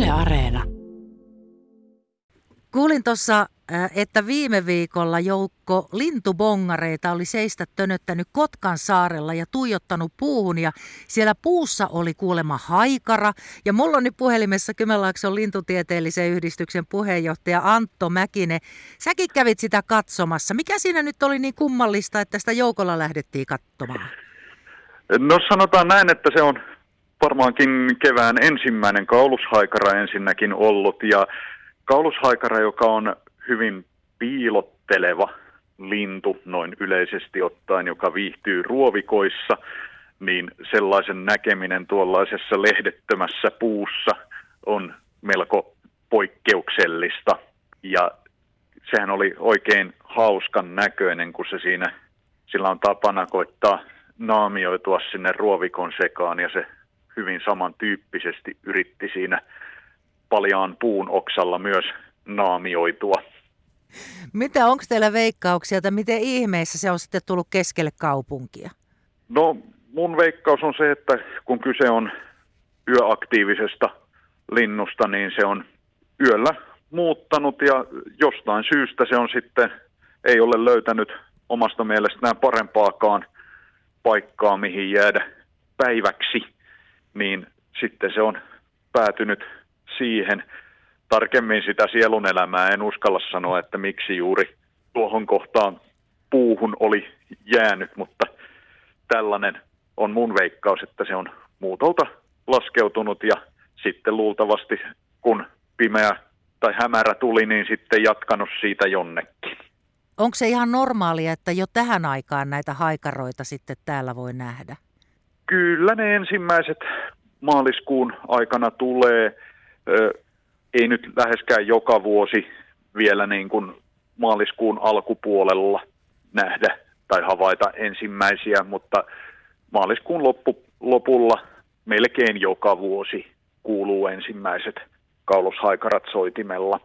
Areena. Kuulin tuossa, että viime viikolla joukko lintubongareita oli seistä tönöttänyt Kotkan saarella ja tuijottanut puuhun. Ja siellä puussa oli kuulemma haikara. Ja mulla on nyt puhelimessa Kymenlaakson lintutieteellisen yhdistyksen puheenjohtaja Antto Mäkinen. Säkin kävit sitä katsomassa. Mikä siinä nyt oli niin kummallista, että sitä joukolla lähdettiin katsomaan? No sanotaan näin, että se on varmaankin kevään ensimmäinen kaulushaikara ensinnäkin ollut. Ja kaulushaikara, joka on hyvin piilotteleva lintu noin yleisesti ottaen, joka viihtyy ruovikoissa, niin sellaisen näkeminen tuollaisessa lehdettömässä puussa on melko poikkeuksellista. Ja sehän oli oikein hauskan näköinen, kun sillä on tapana koittaa naamioitua sinne ruovikon sekaan, ja se hyvin samantyyppisesti yritti siinä paljaan puun oksalla myös naamioitua. Onko teillä veikkauksia, että miten ihmeessä se on sitten tullut keskelle kaupunkia? No mun veikkaus on se, että kun kyse on yöaktiivisesta linnusta, niin se on yöllä muuttanut ja jostain syystä se on sitten, ei ole löytänyt omasta mielestään parempaakaan paikkaa, mihin jäädä päiväksi, niin sitten se on päätynyt siihen. Tarkemmin sitä sielunelämää en uskalla sanoa, että miksi juuri tuohon kohtaan puuhun oli jäänyt, mutta tällainen on mun veikkaus, että se on muutolta laskeutunut ja sitten luultavasti kun pimeä tai hämärä tuli, niin sitten jatkanut siitä jonnekin. Onko se ihan normaalia, että jo tähän aikaan näitä haikaroita sitten täällä voi nähdä? Kyllä ne ensimmäiset maaliskuun aikana tulee. Ei nyt läheskään joka vuosi vielä niin kuin maaliskuun alkupuolella nähdä tai havaita ensimmäisiä, mutta maaliskuun lopulla melkein joka vuosi kuuluu ensimmäiset kaulushaikarat soitimella.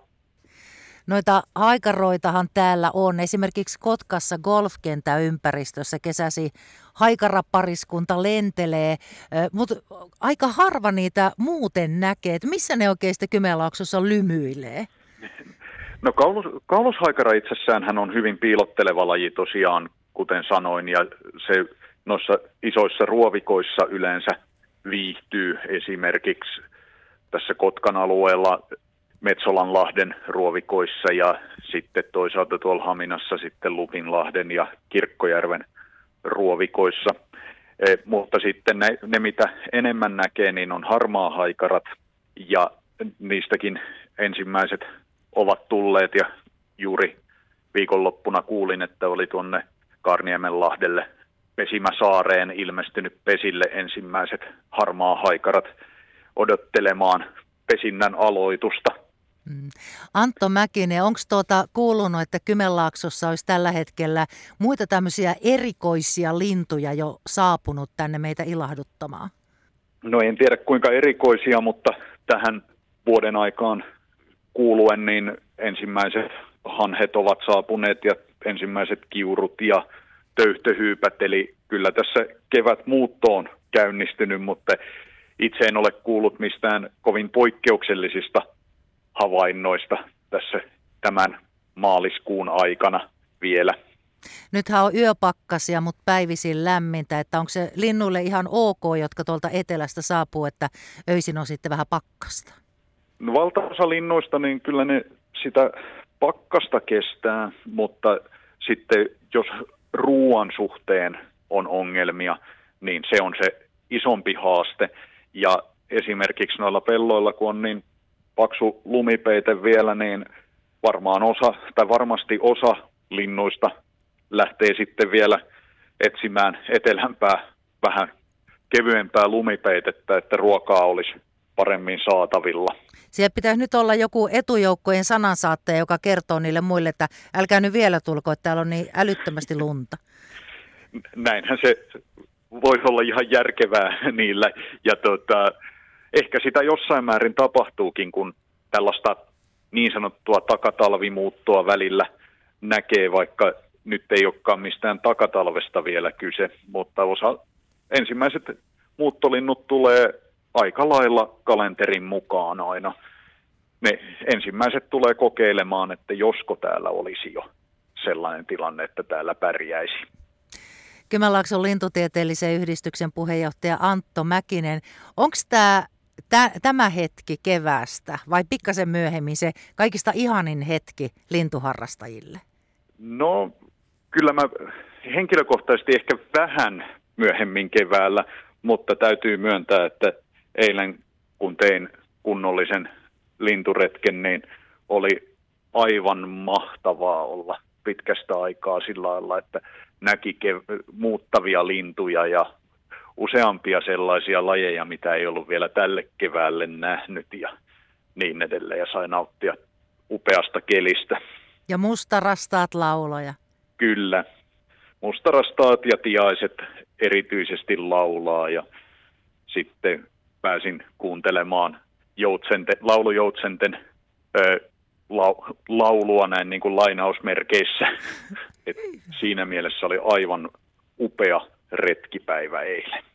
Noita haikaroitahan täällä on. Esimerkiksi Kotkassa golfkentän ympäristössä kesäsi haikarapariskunta lentelee, mutta aika harva niitä muuten näkee. Et missä ne oikein sitten Kymenlaaksossa lymyilee? No kaulushaikara itsessään hän on hyvin piilotteleva laji tosiaan, kuten sanoin, ja se noissa isoissa ruovikoissa yleensä viihtyy esimerkiksi tässä Kotkan alueella Metsolanlahden ruovikoissa ja sitten toisaalta tuolla Haminassa sitten Lupinlahden ja Kirkkojärven ruovikoissa. Mutta sitten ne, mitä enemmän näkee, niin on harmaahaikarat ja niistäkin ensimmäiset ovat tulleet ja juuri viikonloppuna kuulin, että oli tuonne Kaarniemenlahdelle Pesimäsaareen ilmestynyt pesille ensimmäiset harmaahaikarat odottelemaan pesinnän aloitusta. Antto Mäkinen, onko kuulunut, että Kymenlaaksossa olisi tällä hetkellä muita tämmöisiä erikoisia lintuja jo saapunut tänne meitä ilahduttamaan? No en tiedä kuinka erikoisia, mutta tähän vuoden aikaan kuuluen niin ensimmäiset hanhet ovat saapuneet ja ensimmäiset kiurut ja töyhtöhyypät, eli kyllä tässä kevätmuutto on käynnistynyt, mutta itse en ole kuullut mistään kovin poikkeuksellisista havainnoista tässä tämän maaliskuun aikana vielä. Nythän on yöpakkasia, mutta päivisin lämmintä, että onko se linnuille ihan ok, jotka tuolta etelästä saapuu, että öisin on sitten vähän pakkasta? No valtaosa linnuista, niin kyllä ne sitä pakkasta kestää, mutta sitten jos ruoan suhteen on ongelmia, niin se on se isompi haaste. Ja esimerkiksi noilla pelloilla, kun on niin paksu lumipeite vielä, niin varmasti osa linnuista lähtee sitten vielä etsimään etelämpää, vähän kevyempää lumipeitettä, että ruokaa olisi paremmin saatavilla. Siellä pitäisi nyt olla joku etujoukkojen sanansaattaja, joka kertoo niille muille, että älkää nyt vielä tulko, että täällä on niin älyttömästi lunta. Näinhän se voisi olla ihan järkevää niillä, ja ehkä sitä jossain määrin tapahtuukin, kun tällaista niin sanottua takatalvimuuttoa välillä näkee, vaikka nyt ei olekaan mistään takatalvesta vielä kyse, mutta ensimmäiset muuttolinnut tulee aika lailla kalenterin mukaan aina, ne ensimmäiset tulee kokeilemaan, että josko täällä olisi jo sellainen tilanne, että täällä pärjäisi. Kymenlaakson lintutieteellisen yhdistyksen puheenjohtaja Antto Mäkinen. Onko tämä hetki keväästä vai pikkasen myöhemmin se kaikista ihanin hetki lintuharrastajille? No kyllä mä henkilökohtaisesti ehkä vähän myöhemmin keväällä, mutta täytyy myöntää, että eilen kun tein kunnollisen linturetken, niin oli aivan mahtavaa olla pitkästä aikaa sillä lailla, että näki muuttavia lintuja ja useampia sellaisia lajeja, mitä ei ollut vielä tälle keväälle nähnyt ja niin edelleen. Ja sai nauttia upeasta kelistä. Ja mustarastaat lauloja. Kyllä. Mustarastaat ja tiaiset erityisesti laulaa ja sitten pääsin kuuntelemaan laulujoutsenten laulua näin niin kuin lainausmerkeissä. Et siinä mielessä oli aivan upea retkipäivä eilen.